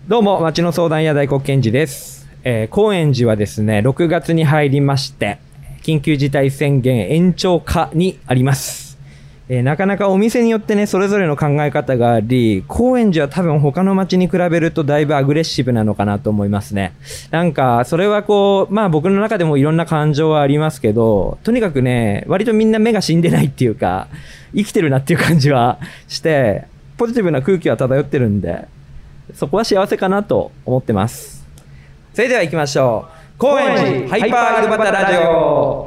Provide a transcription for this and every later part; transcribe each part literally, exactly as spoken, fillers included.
どうも、町の相談屋大黒賢治です。えー、高円寺はですね、ろくがつに入りまして、緊急事態宣言延長下にあります。えー、なかなかお店によってね、それぞれの考え方があり、高円寺は多分他の町に比べるとだいぶアグレッシブなのかなと思いますね。なんか、それはこう、まあ僕の中でもいろんな感情はありますけど、とにかくね、割とみんな目が死んでないっていうか、生きてるなっていう感じはして、ポジティブな空気は漂ってるんで、そこは幸せかなと思ってます。それでは行きましょう。高円寺ハイパーアルバタラジオ。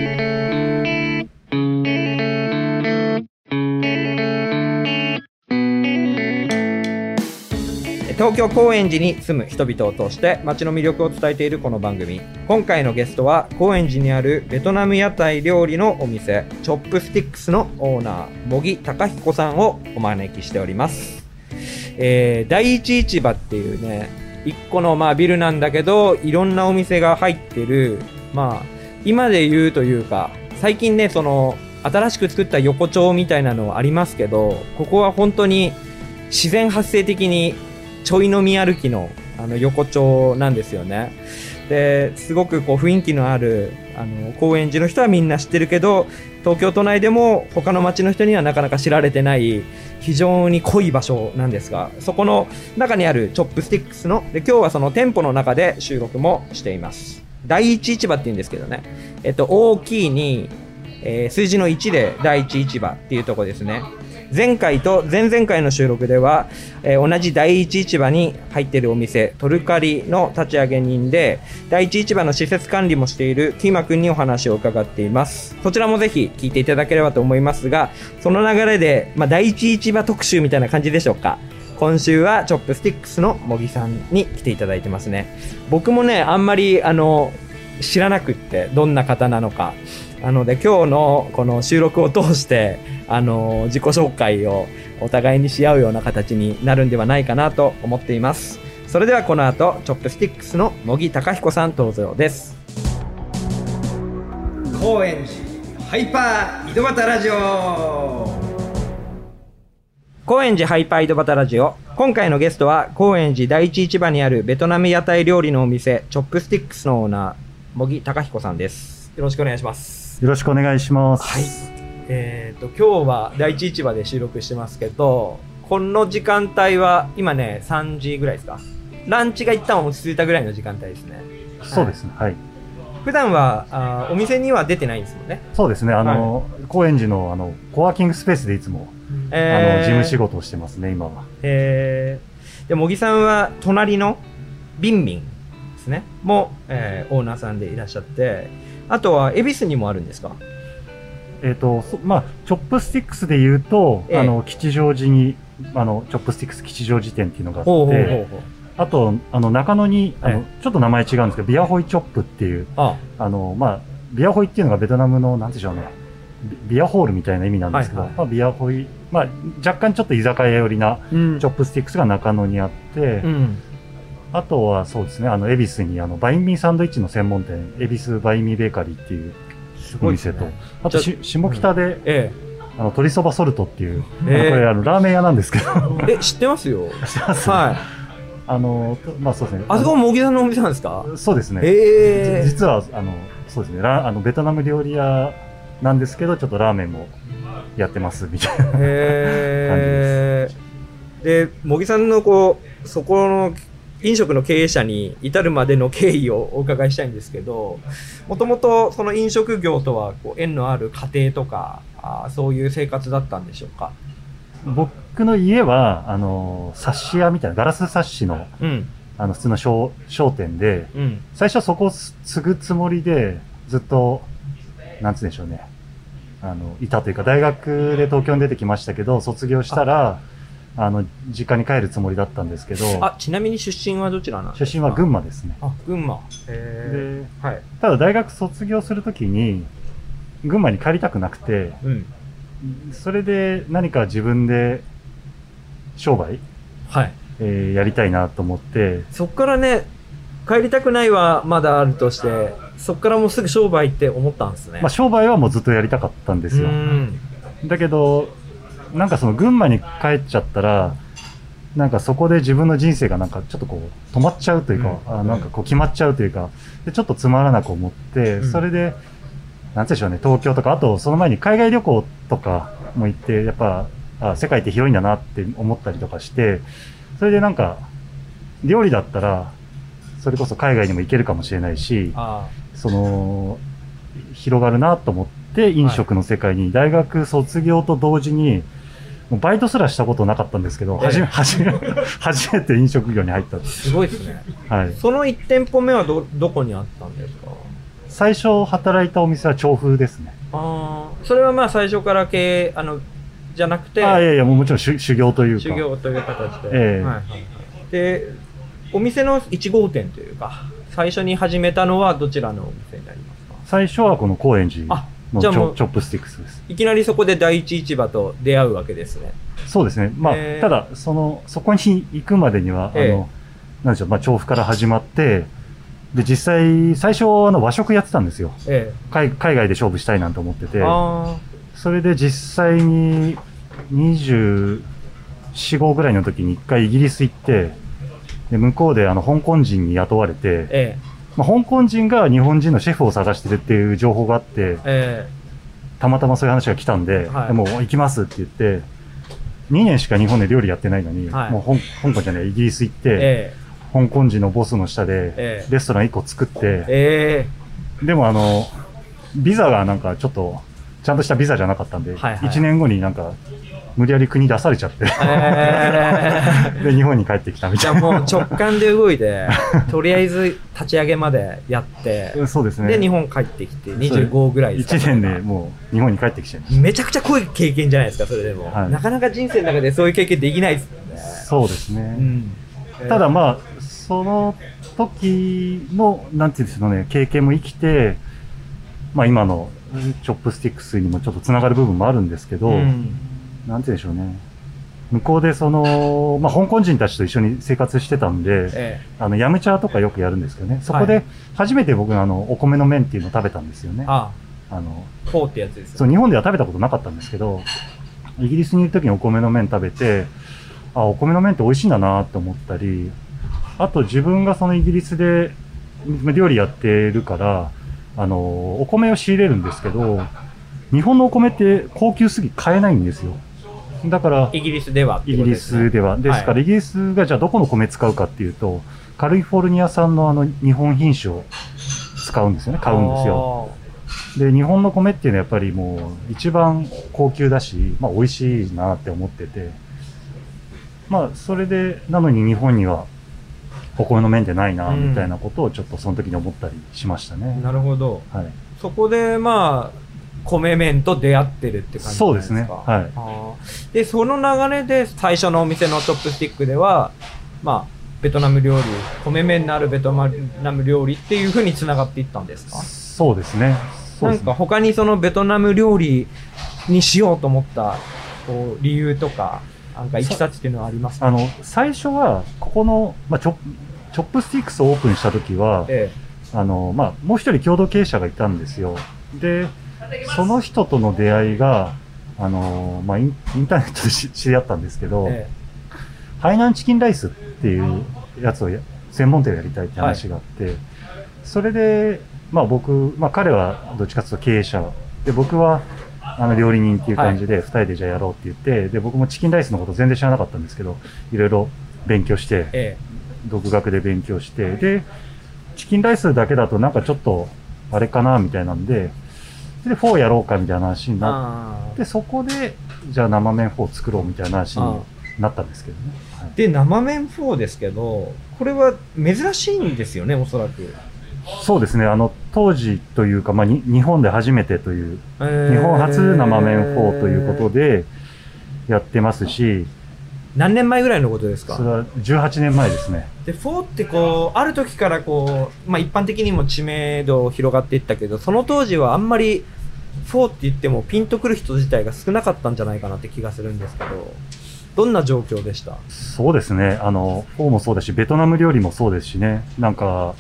東京高円寺に住む人々を通して街の魅力を伝えているこの番組。今回のゲストは高円寺にあるベトナム屋台料理のお店チョップスティックスのオーナー茂木隆彦さんをお招きしております。えー、第一市場っていうね、一個のまあビルなんだけど、いろんなお店が入ってる、まあ、今で言うというか、最近ね、その、新しく作った横丁みたいなのありますけど、ここは本当に自然発生的にちょい飲み歩きの、あの横丁なんですよね。で、すごくこう雰囲気のある、あの、高円寺の人はみんな知ってるけど、東京都内でも他の町の人にはなかなか知られてない非常に濃い場所なんですが、そこの中にあるチョップスティックスので、今日はその店舗の中で収録もしています。第一市場って言うんですけどね、えっと大きいに、えー、数字のいちで第一市場っていうところですね。前回と前々回の収録では、えー、同じ第一市場に入っているお店トルカリの立ち上げ人で第一市場の施設管理もしているキーマくんにお話を伺っています。そちらもぜひ聞いていただければと思いますが、その流れで、まあ、第一市場特集みたいな感じでしょうか。今週はチョップスティックスの茂木さんに来ていただいてますね。僕もね、あんまりあの知らなくってどんな方なのか、なので今日のこの収録を通してあの自己紹介をお互いにし合うような形になるんではないかなと思っています。それではこの後チョップスティックスの茂木隆彦さん登場です。高円寺ハイパー井戸端ラジオ。高円寺ハイパー井戸端ラジオ。今回のゲストは高円寺第一市場にあるベトナム屋台料理のお店チョップスティックスのオーナー茂木隆彦さんです。よろしくお願いします。 よろしくお願いします。 はい。えーと、今日は第一市場で収録してますけど、この時間帯は今ね、さんじぐらいですか？ランチが一旦落ち着いたぐらいの時間帯ですね。 そうですね。はい。 普段はあお店には出てないんですもんね。 そうですね。あの、はい、高円寺のあのコワーキングスペースでいつも、えー、あの事務仕事をしてますね、今は。 えー、で茂木さんは隣のビンビンですね。も、えー、オーナーさんでいらっしゃって、あとは恵比寿にもあるんですか？ えっと、まあチョップスティックスで言うと、ええ、あの吉祥寺にあのチョップスティックス吉祥寺店っていうのがあって、ほうほうほうほう、あとあの中野にあの、ええ、ちょっと名前違うんですけど、ビアホイチョップっていう、ああのまあビアホイっていうのがベトナムのなんでしょうね、ビアホールみたいな意味なんですけど、はいはい、まあ、ビアホイ、まあ若干ちょっと居酒屋寄りなチョップスティックスが中野にあって、うん、あとはそうですね、あの恵比寿にあのバインミーサンドイッチの専門店、恵比寿バインミーベーカリーっていうお店と、ね、あとし下北で、うん、ええ、あの鶏そばソルトっていう、ええ、これあのラーメン屋なんですけどえ、知ってますよ。 知ってます、はい、あのまあそうですね、 あそこも茂木さんのお店なんですか？ そうですね、 ええ、 実はあのそうですね、ラあのベトナム料理屋なんですけど、ちょっとラーメンもやってますみたいな感じです。 で、茂木さんのこうそこの飲食の経営者に至るまでの経緯をお伺いしたいんですけど、もともとその飲食業とはこう縁のある家庭とか、あそういう生活だったんでしょうか？ 僕の家はあの冊子屋みたいなガラス冊子の、うん、あの普通の 商, 商店で、うん、最初そこを継ぐつもりでずっとなんつうんでしょうね、あのいたというか、大学で東京に出てきましたけど、卒業したらあの実家に帰るつもりだったんですけど。 あ、ちなみに出身はどちらなんですか？ 出身は群馬ですね。 あ、群馬。へー。で、はい。ただ大学卒業するときに群馬に帰りたくなくて、うん、それで何か自分で商売、はい、えー、やりたいなと思って。 そっからね、帰りたくないはまだあるとして、そっからもうすぐ商売って思ったんですね。 まあ商売はもうずっとやりたかったんですよ。だけどなんかその群馬に帰っちゃったら、 なんかそこで自分の人生がなんかちょっとこう止まっちゃうというか、うん、あなんかこう決まっちゃうというか、でちょっとつまらなく思って、うん、それで、なんていうんでしょうね、東京とか、あとその前に海外旅行とかも行って、やっぱ、あ世界って広いんだなって思ったりとかして、それでなんか、料理だったら、それこそ海外にも行けるかもしれないし、その、広がるなと思って飲食の世界に大学卒業と同時に、もうバイトすらしたことなかったんですけど、ええ、初め、初め、初めて飲食業に入ったんです。 すごいですね。 はい。 そのいち店舗目はど、どこにあったんですか？ 最初働いたお店は調布ですね。 ああ、それはまあ最初から経営、あの、じゃなくて。 ああ、いやいや、もうもちろん修修行というか。 修行という形で。 ええ、 はいはいはい。で、お店のいち号店というか、最初に始めたのはどちらのお店になりますか？ 最初はこの高円寺のチョチョップスティックスです。 いきなりそこで第一市場と出会うわけですね。 そうですね。まあ、えー、ただ、その、そこに行くまでには、えー、あの、なんでしょう、まあ、調布から始まって、で、実際、最初、あの、和食やってたんですよ。えー、海海外で勝負したいなんて思ってて、それで実際に、にじゅうよん、ごぐらいの時に一回イギリス行って、で、向こうで、あの、香港人に雇われて、えーまあ、香港人が日本人のシェフを探してるっていう情報があって、えー、たまたまそういう話が来たんで、はい、でもう行きますって言って、にねんしか日本で料理やってないのに、はい、もう香港じゃない、イギリス行って、えー、香港人のボスの下で、レストランいっこ作って、えー、でもあの、ビザがなんかちょっと、ちゃんとしたビザじゃなかったんで、はいはい、いちねんごになんか、無理やり国出されちゃって、えー、で日本に帰ってきたみたいな。 じゃあもう直感で動いてとりあえず立ち上げまでやってそうですね。 で日本帰ってきてにじゅうごぐらいですか。 いちねんでもう日本に帰ってきちゃいました。 めちゃくちゃ濃い経験じゃないですかそれでも、はい、なかなか人生の中でそういう経験できないですよね。 そうですね、うんえー、ただまあその時のなんていうんですかね経験も生きて、まあ今のチョップスティックスにもちょっとつながる部分もあるんですけど、うんなんて言うんでしょうね。向こうでその、まあ、香港人たちと一緒に生活してたんで、ええ、あの、ヤムチャとかよくやるんですけどね。そこで初めて僕あの、お米の麺っていうのを食べたんですよね。ああ。あの、フォーってやつですよね。 そう、日本では食べたことなかったんですけど、イギリスにいる時にお米の麺食べて、あ、お米の麺って美味しいんだなって思ったり、あと自分がそのイギリスで料理やってるから、あの、お米を仕入れるんですけど、日本のお米って高級すぎ買えないんですよ。だから、 イギリスでは、 イギリスでは。ですから、イギリスがじゃあどこの米使うかっていうと、カリフォルニア産のあの日本品種を使うんですよね、買うんですよ。で、日本の米っていうのはやっぱりもう一番高級だし、まあ美味しいなって思ってて、まあそれで、なのに日本にはお米の麺ってないな、みたいなことをちょっとその時に思ったりしましたね。 うん、なるほど。 はい。 そこでまあ、米麺と出会ってるって感じですか？ そうですね。はい。 あで、その流れで最初のお店のチョップスティックでは、まあ、ベトナム料理、米麺のあるベトナム料理っていう風に繋がっていったんですか？ そうですね。 そうですね。なんか他にそのベトナム料理にしようと思ったこう理由とか、なんかいきさつっていうのはありますか？ あの、最初は、ここの、まあ、チョ、チョップスティックスをオープンした時は、ええ、あの、まあ、もう一人共同経営者がいたんですよ。で、その人との出会いが、あのー、まあイン、インターネットで知り合ったんですけど、ええ、ハイナンチキンライスっていうやつをや専門店でやりたいって話があって、はい、それで、まあ僕、まあ彼はどっちかというと経営者で、僕はあの料理人っていう感じで、二人でじゃあやろうって言って、はい、で、僕もチキンライスのこと全然知らなかったんですけど、いろいろ勉強して、ええ、独学で勉強して、で、チキンライスだけだとなんかちょっと、あれかなみたいなんで、で、フォーやろうかみたいな話になって、そこで、じゃあ生麺フォー作ろうみたいな話になったんですけどね。 はい、で、生麺フォーですけど、これは珍しいんですよね、おそらく。 そうですね。あの、当時というか、まあ、に日本で初めてという、えー、日本初生麺フォーということでやってますし、 何年前ぐらいのことですか？ それはじゅうはちねんまえですね。 で、フォーってこう、ある時からこう、まあ一般的にも知名度広がっていったけど、その当時はあんまりフォーって言ってもピンとくる人自体が少なかったんじゃないかなって気がするんですけど、どんな状況でした？ そうですね。あの、フォーもそうだし、ベトナム料理もそうですしね。なんか、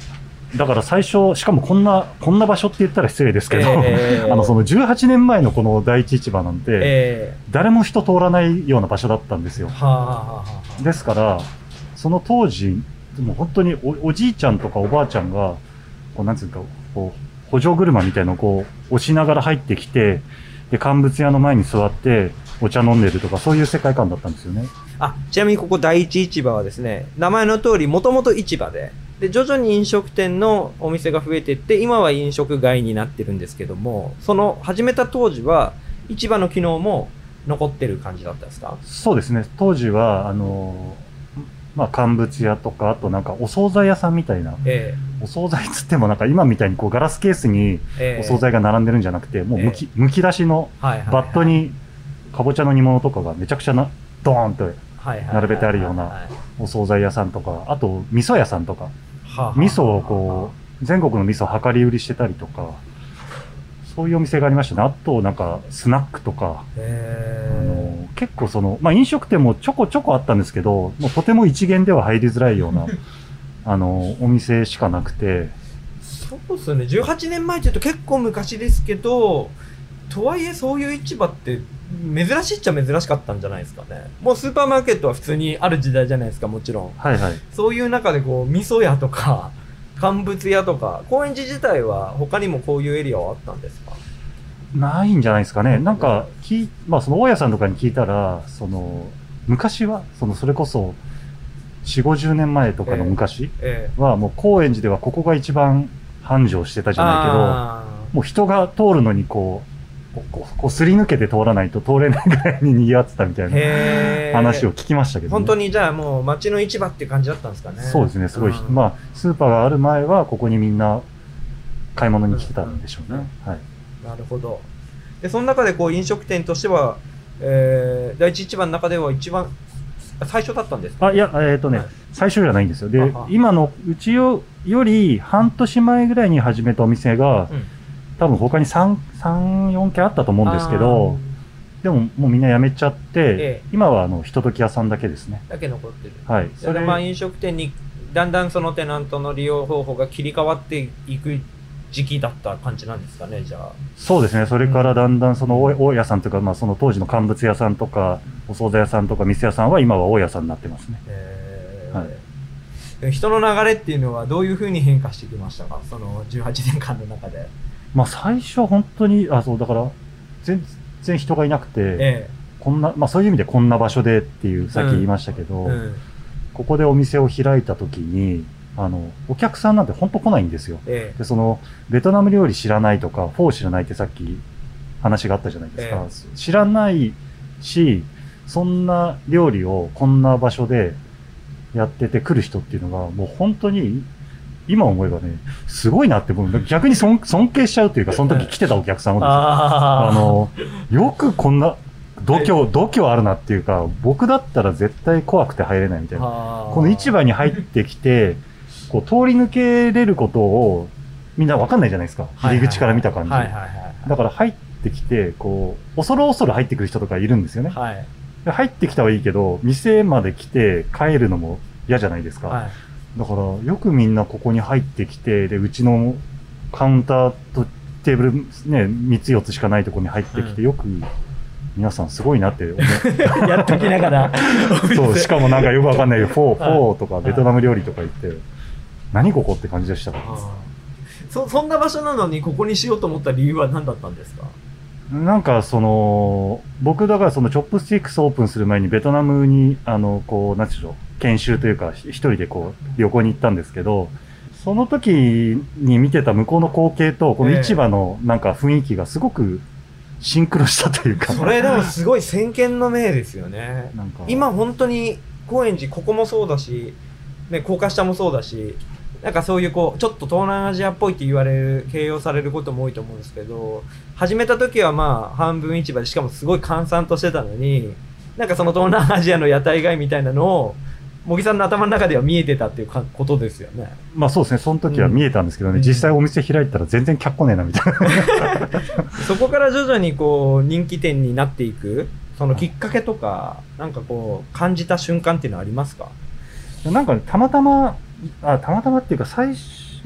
だから最初、しかもこんな、こんな場所って言ったら失礼ですけど、 えー、 あの、そのじゅうはちねんまえのこの第一市場なんて、 えー、 誰も人通らないような場所だったんですよ。 はあはあはあ、 ですから、その当時、もう本当に お, おじいちゃんとかおばあちゃんが、こう、なんつうか、こう、補助車みたいなのをこう、押しながら入ってきて、で、乾物屋の前に座って、お茶飲んでるとか、そういう世界観だったんですよね。 あ、ちなみにここ第一市場はですね、名前の通り、もともと市場で、で、徐々に飲食店のお店が増えていって、今は飲食街になってるんですけども、その始めた当時は、市場の機能も残ってる感じだったんですか？ そうですね。当時は、あの、まあ、乾物屋とか、あとなんかお惣菜屋さんみたいな。ええ、お惣菜つってもなんか今みたいにこうガラスケースにお惣菜が並んでるんじゃなくて、もうむき、ええ、むき出しのバットにかぼちゃの煮物とかがめちゃくちゃな、ドーンと並べてあるようなお惣菜屋さんとか、あと味噌屋さんとか。味噌をこう、全国の味噌を量り売りしてたりとか、そういうお店がありましたね。あと、なんか、スナックとか、あの結構その、まあ飲食店もちょこちょこあったんですけど、もうとても一元では入りづらいような、あの、お店しかなくて。 そうですね。じゅうはちねんまえって言うと結構昔ですけど、とはいえそういう市場って珍しいっちゃ珍しかったんじゃないですかね。もうスーパーマーケットは普通にある時代じゃないですか、もちろん。 はいはい。 そういう中でこう、味噌屋とか、乾物屋とか、高円寺自体は他にもこういうエリアはあったんですか？ ないんじゃないですかね。なんか、き、まあその大家さんとかに聞いたら、その、昔は、そのそれこそ、よんじゅう、ごじゅうねんまえとかの昔は、もう高円寺ではここが一番繁盛してたじゃないけど、もう人が通るのにこう、こう、こうすり抜けて通らないと通れないぐらいに賑わってたみたいな話を聞きましたけどね。 本当にじゃあもう街の市場っていう感じだったんですかね。 そうですね、すごい。まあ、スーパーがある前はここにみんな買い物に来てたんでしょうね。はい。 なるほど。で、その中でこう飲食店としては、えー、第一市場の中では一番最初だったんですか？ あ、いや、えっ、ー、とね、はい、最初じゃないんですよ。で、今のうちより半年前ぐらいに始めたお店が、うん、多分他にさん、よんけんあったと思うんですけど、でももうみんな辞めちゃって、ええ、今はあの、ひととき屋さんだけですね。 だけ残ってる。 はい。 それまあ飲食店にだんだんそのテナントの利用方法が切り替わっていく時期だった感じなんですかね、じゃあ。 そうですね。それからだんだんその大家さんというか、まあその当時の乾物屋さんとか、お惣菜屋さんとか店屋さんは今は大家さんになってますね。 へー、はい。人の流れっていうのはどういうふうに変化してきましたか、そのじゅうはちねんかんの中で。 まあ最初は本当に、あ、そう、だから、全然人がいなくて、ええ、こんな、まあそういう意味でこんな場所でっていう、さっき言いましたけど、うんうん、ここでお店を開いた時に、あの、お客さんなんて本当来ないんですよ。ええ、で、その、ベトナム料理知らないとか、フォー知らないってさっき話があったじゃないですか。ええ、知らないし、そんな料理をこんな場所でやってて来る人っていうのが、もう本当に、今思えばね、すごいなって、逆に尊敬しちゃうというか、その時来てたお客さんをですね、あの、よくこんな、度胸、度胸あるなっていうか、僕だったら絶対怖くて入れないみたいな。この市場に入ってきて、こう通り抜けれることをみんなわかんないじゃないですか。入り口から見た感じ。だから入ってきて、こう、恐る恐る入ってくる人とかいるんですよね。はい、入ってきたはいいけど、店まで来て帰るのも嫌じゃないですか。はい、だから、よくみんなここに入ってきて、で、うちのカウンターとテーブルね、みっつよっつしかないところに入ってきて、うん、よく、皆さんすごいなって思う。 やっときながら。 そう、しかもなんかよくわかんないフォー、フォーとかベトナム料理とか言って、何ここって感じでしたから。 そ、そんな場所なのにここにしようと思った理由は何だったんですか？ なんかその、僕だからそのチョップスティックスオープンする前にベトナムに、あの、こう、なんていうの、研修というか、一人でこう、旅行に行ったんですけど、その時に見てた向こうの光景と、この市場のなんか雰囲気がすごくシンクロしたというか。 それでもすごい先見の明ですよね。なんか今本当に高円寺ここもそうだし、ね、高架下もそうだし、なんかそういうこう、ちょっと東南アジアっぽいって言われる、形容されることも多いと思うんですけど、始めた時はまあ半分市場でしかもすごい閑散としてたのに、なんかその東南アジアの屋台街みたいなのを、茂木さんの頭の中では見えてたっていうことですよね。 まあそうですね、その時は見えたんですけどね、うん、実際お店開いたら全然客来ねえなみたいな。 そこから徐々にこう人気店になっていく、そのきっかけとか、なんかこう感じた瞬間っていうのはありますか？ なんか、ね、たまたま、あ、たまたまっていうか最初、行っ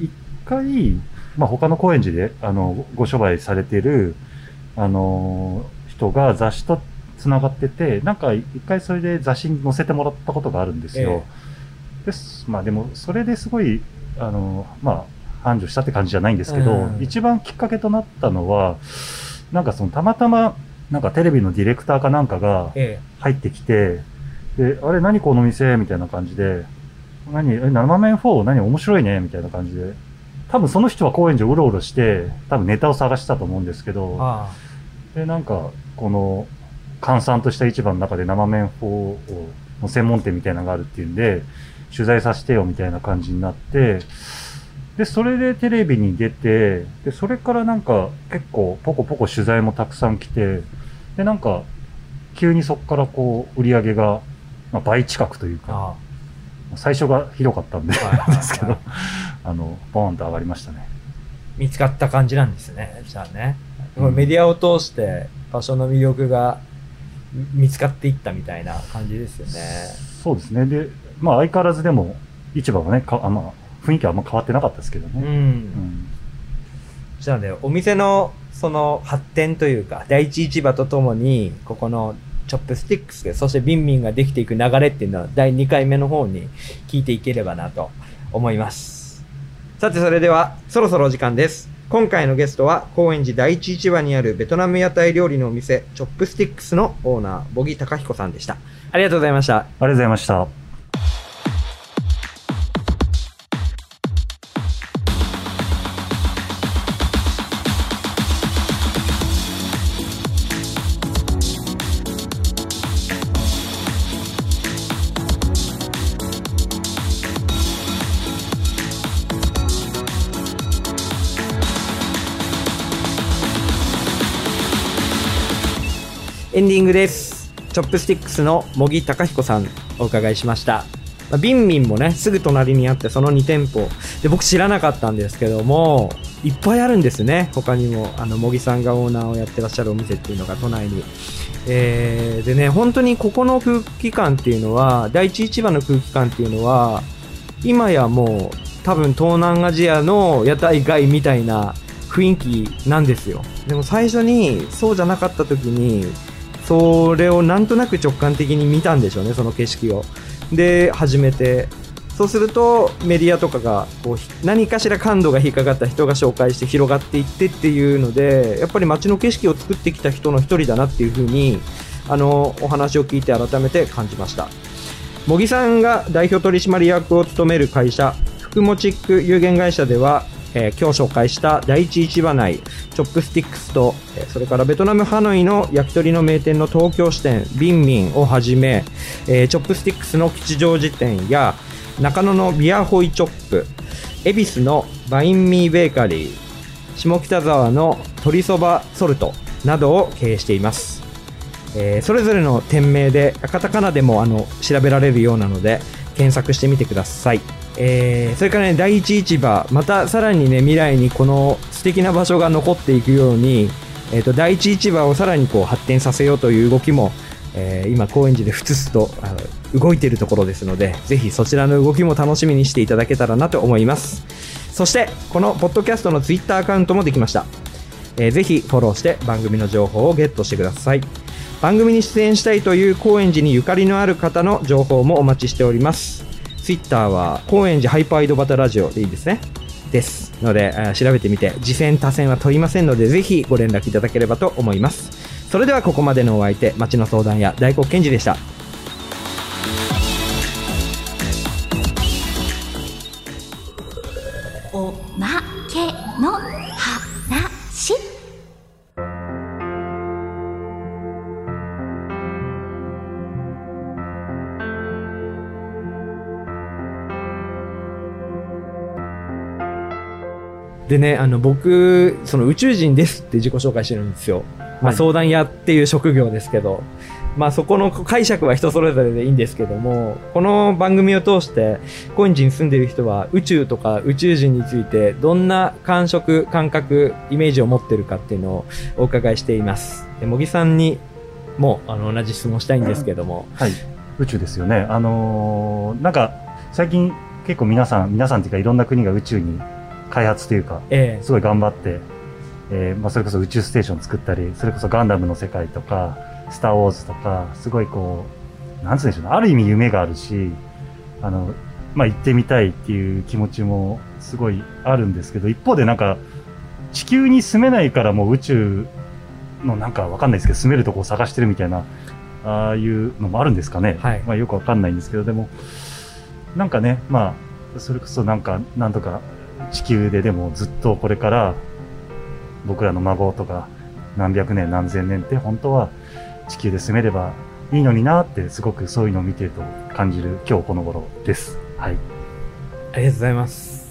回、まあ、他の高円寺であのご商売されてるあの人が雑誌とつながってて、なんか一回それで雑誌に載せてもらったことがあるんですよ。ええ、ですまあでもそれですごいあのまあ繁盛したって感じじゃないんですけど、うん、一番きっかけとなったのはなんかそのたまたまなんかテレビのディレクターかなんかが入ってきて、ええ、であれ何この店みたいな感じで、何え生麺フォー何面白いねみたいな感じで、多分その人は高円寺をうろうろして多分ネタを探してたと思うんですけど、ああでなんかこの閑散とした市場の中で生麺フォーの専門店みたいなのがあるっていうんで取材させてよみたいな感じになって、でそれでテレビに出て、でそれからなんか結構ポコポコ取材もたくさん来て、でなんか急にそこからこう売り上げが、まあ、倍近くというか、ああ最初がひどかったんで、はいはいはい、ですけどあのボーンと上がりましたね。 見つかった感じなんですね。じゃあね、うん、メディアを通して場所の魅力が見つかっていったみたいな感じですよね。 そうですね。で、まあ相変わらずでも市場はね、かあまあ、雰囲気はあんま変わってなかったですけどね。うん。うん、 じゃあね、お店のその発展というか、第一市場とともに、ここのチョップスティックスで、そしてビンビンができていく流れっていうのはだいにかいめの方に聞いていければなと思います。さてそれではそろそろお時間です。今回のゲストは高円寺第一市場にあるベトナム屋台料理のお店チョップスティックスのオーナー茂木貴彦さんでした。ありがとうございました。ありがとうございました。 エンディングです。チョップスティックスの茂木貴彦さんお伺いしました。まあ、ビンミンもねすぐ隣にあってそのに店舗で僕知らなかったんですけどもいっぱいあるんですね。他にもあの茂木さんがオーナーをやってらっしゃるお店っていうのが都内に、えー、でね本当にここの空気感っていうのは第一市場の空気感っていうのは今やもう多分東南アジアの屋台街みたいな雰囲気なんですよ。でも最初にそうじゃなかった時にそれをなんとなく直感的に見たんでしょうね、その景色を。で始めて、そうするとメディアとかがこう何かしら感度が引っかかった人が紹介して広がっていってっていうので、やっぱり街の景色を作ってきた人の一人だなっていう風にあのお話を聞いて改めて感じました。茂木さんが代表取締役を務める会社福もチック有限会社では、えー、今日紹介した第一市場内チョップスティックスと、それからベトナムハノイの焼き鳥の名店の東京支店ビンミンをはじめ、えー、チョップスティックスの吉祥寺店や中野のビアホイチョップ、恵比寿のバインミーベーカリー、下北沢の鶏そばソルトなどを経営しています。えー、それぞれの店名でカタカナでもあの調べられるようなので検索してみてください。えー、それからね第一市場またさらにね未来にこの素敵な場所が残っていくように、えー、と第一市場をさらにこう発展させようという動きも、えー、今高円寺でふつふつとあの動いているところですので、ぜひそちらの動きも楽しみにしていただけたらなと思います。そしてこのポッドキャストのツイッターアカウントもできました。えー、ぜひフォローして番組の情報をゲットしてください。番組に出演したいという高円寺にゆかりのある方の情報もお待ちしております。ツイッターは高円寺ハイパー井戸端ラジオでいいですね。ですので、調べてみて次戦他戦は問いませんのでぜひご連絡いただければと思います。それではここまでのお相手、町の相談屋大黒賢治でした。 おまけの話。 でね、あの僕その宇宙人ですって自己紹介してるんですよ。まあ、相談屋っていう職業ですけど、まあそこの解釈は人それぞれでいいんですけども、この番組を通して高円寺に住んでいる人は宇宙とか宇宙人についてどんな感触感覚イメージを持ってるかっていうのをお伺いしています。で茂木さんにもあの同じ質問したいんですけども、 はい、宇宙ですよね。あのー、なんか最近結構皆さん皆さんっていうかいろんな国が宇宙に開発というか、 ええ、 すごい頑張って、えー、まあそれこそ宇宙ステーション作ったり、それこそガンダムの世界とか、スターウォーズとか、すごいこう、なんつうんでしょうね、ある意味夢があるし、あの、まあ行ってみたいっていう気持ちもすごいあるんですけど、一方でなんか、地球に住めないからもう宇宙のなんかわかんないですけど、住めるとこを探してるみたいな、ああいうのもあるんですかね。 はい。 まあよくわかんないんですけど、でも、なんかね、まあ、それこそなんか、なんとか地球ででもずっとこれから僕らの孫とか何百年何千年って本当は地球で住めればいいのになってすごくそういうのを見てると感じる今日この頃です。はい。 ありがとうございます。